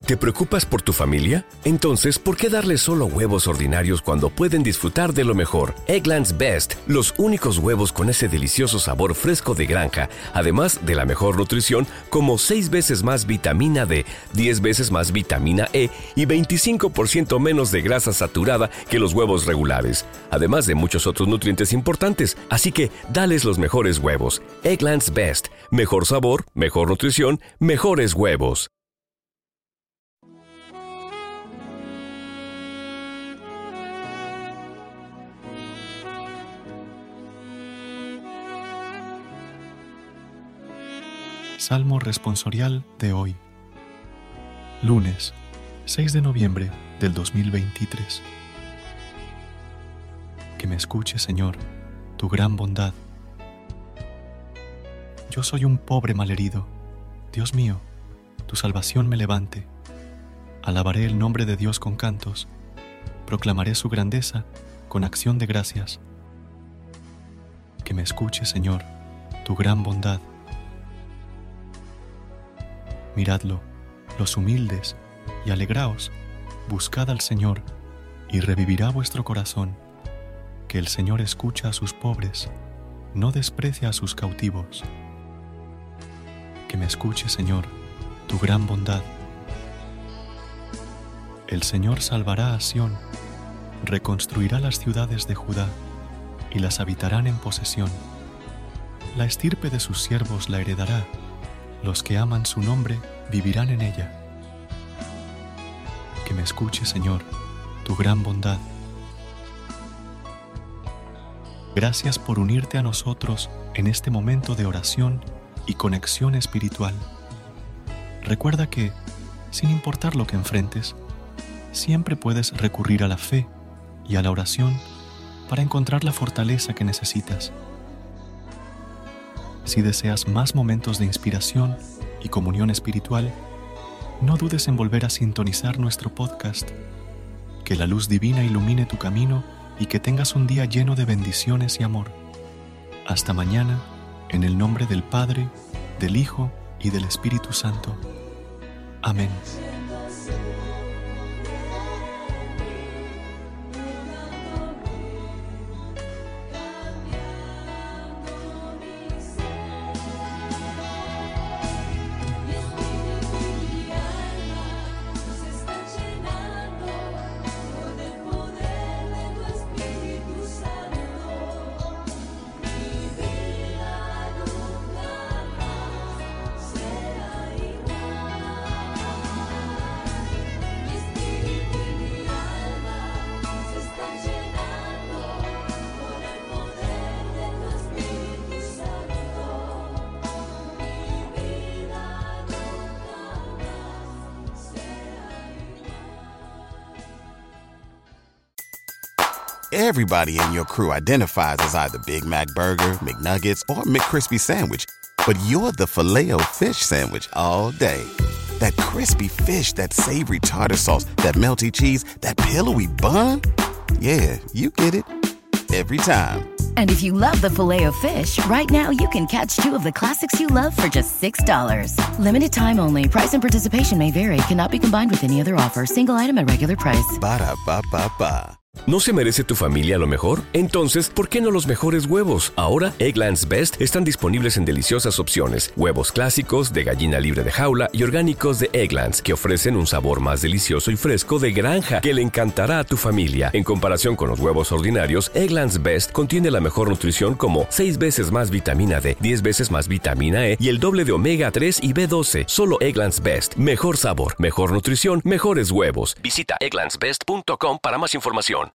¿Te preocupas por tu familia? Entonces, ¿por qué darles solo huevos ordinarios cuando pueden disfrutar de lo mejor? Eggland's Best, los únicos huevos con ese delicioso sabor fresco de granja, además de la mejor nutrición, como 6 veces más vitamina D, 10 veces más vitamina E y 25% menos de grasa saturada que los huevos regulares, además de muchos otros nutrientes importantes. Así que, dales los mejores huevos. Eggland's Best, mejor sabor, mejor nutrición, mejores huevos. Salmo responsorial de hoy, lunes 6 de noviembre del 2023. Que me escuche, Señor, tu gran bondad. Yo soy un pobre malherido. Dios mío, tu salvación me levante. Alabaré el nombre de Dios con cantos. Proclamaré su grandeza con acción de gracias. Que me escuche, Señor, tu gran bondad. Miradlo, los humildes, y alegraos, buscad al Señor, y revivirá vuestro corazón. Que el Señor escucha a sus pobres, no desprecia a sus cautivos. Que me escuche, Señor, tu gran bondad. El Señor salvará a Sión, reconstruirá las ciudades de Judá, y las habitarán en posesión. La estirpe de sus siervos la heredará. Los que aman su nombre vivirán en ella. Que me escuche, Señor, tu gran bondad. Gracias por unirte a nosotros en este momento de oración y conexión espiritual. Recuerda que, sin importar lo que enfrentes, siempre puedes recurrir a la fe y a la oración para encontrar la fortaleza que necesitas. Si deseas más momentos de inspiración y comunión espiritual, no dudes en volver a sintonizar nuestro podcast. Que la luz divina ilumine tu camino y que tengas un día lleno de bendiciones y amor. Hasta mañana, en el nombre del Padre, del Hijo y del Espíritu Santo. Amén. Everybody in your crew identifies as either Big Mac Burger, McNuggets, or McCrispy Sandwich. But you're the Filet-O-Fish Sandwich all day. That crispy fish, that savory tartar sauce, that melty cheese, that pillowy bun. Yeah, you get it. Every time. And if you love the Filet-O-Fish, right now you can catch 2 of the classics you love for just $6. Limited time only. Price and participation may vary. Cannot be combined with any other offer. Single item at regular price. Ba-da-ba-ba-ba. ¿No se merece tu familia lo mejor? Entonces, ¿por qué no los mejores huevos? Ahora, Eggland's Best están disponibles en deliciosas opciones. Huevos clásicos, de gallina libre de jaula y orgánicos de Eggland's, que ofrecen un sabor más delicioso y fresco de granja que le encantará a tu familia. En comparación con los huevos ordinarios, Eggland's Best contiene la mejor nutrición como 6 veces más vitamina D, 10 veces más vitamina E y el doble de omega 3 y B12. Solo Eggland's Best. Mejor sabor, mejor nutrición, mejores huevos. Visita egglandsbest.com para más información.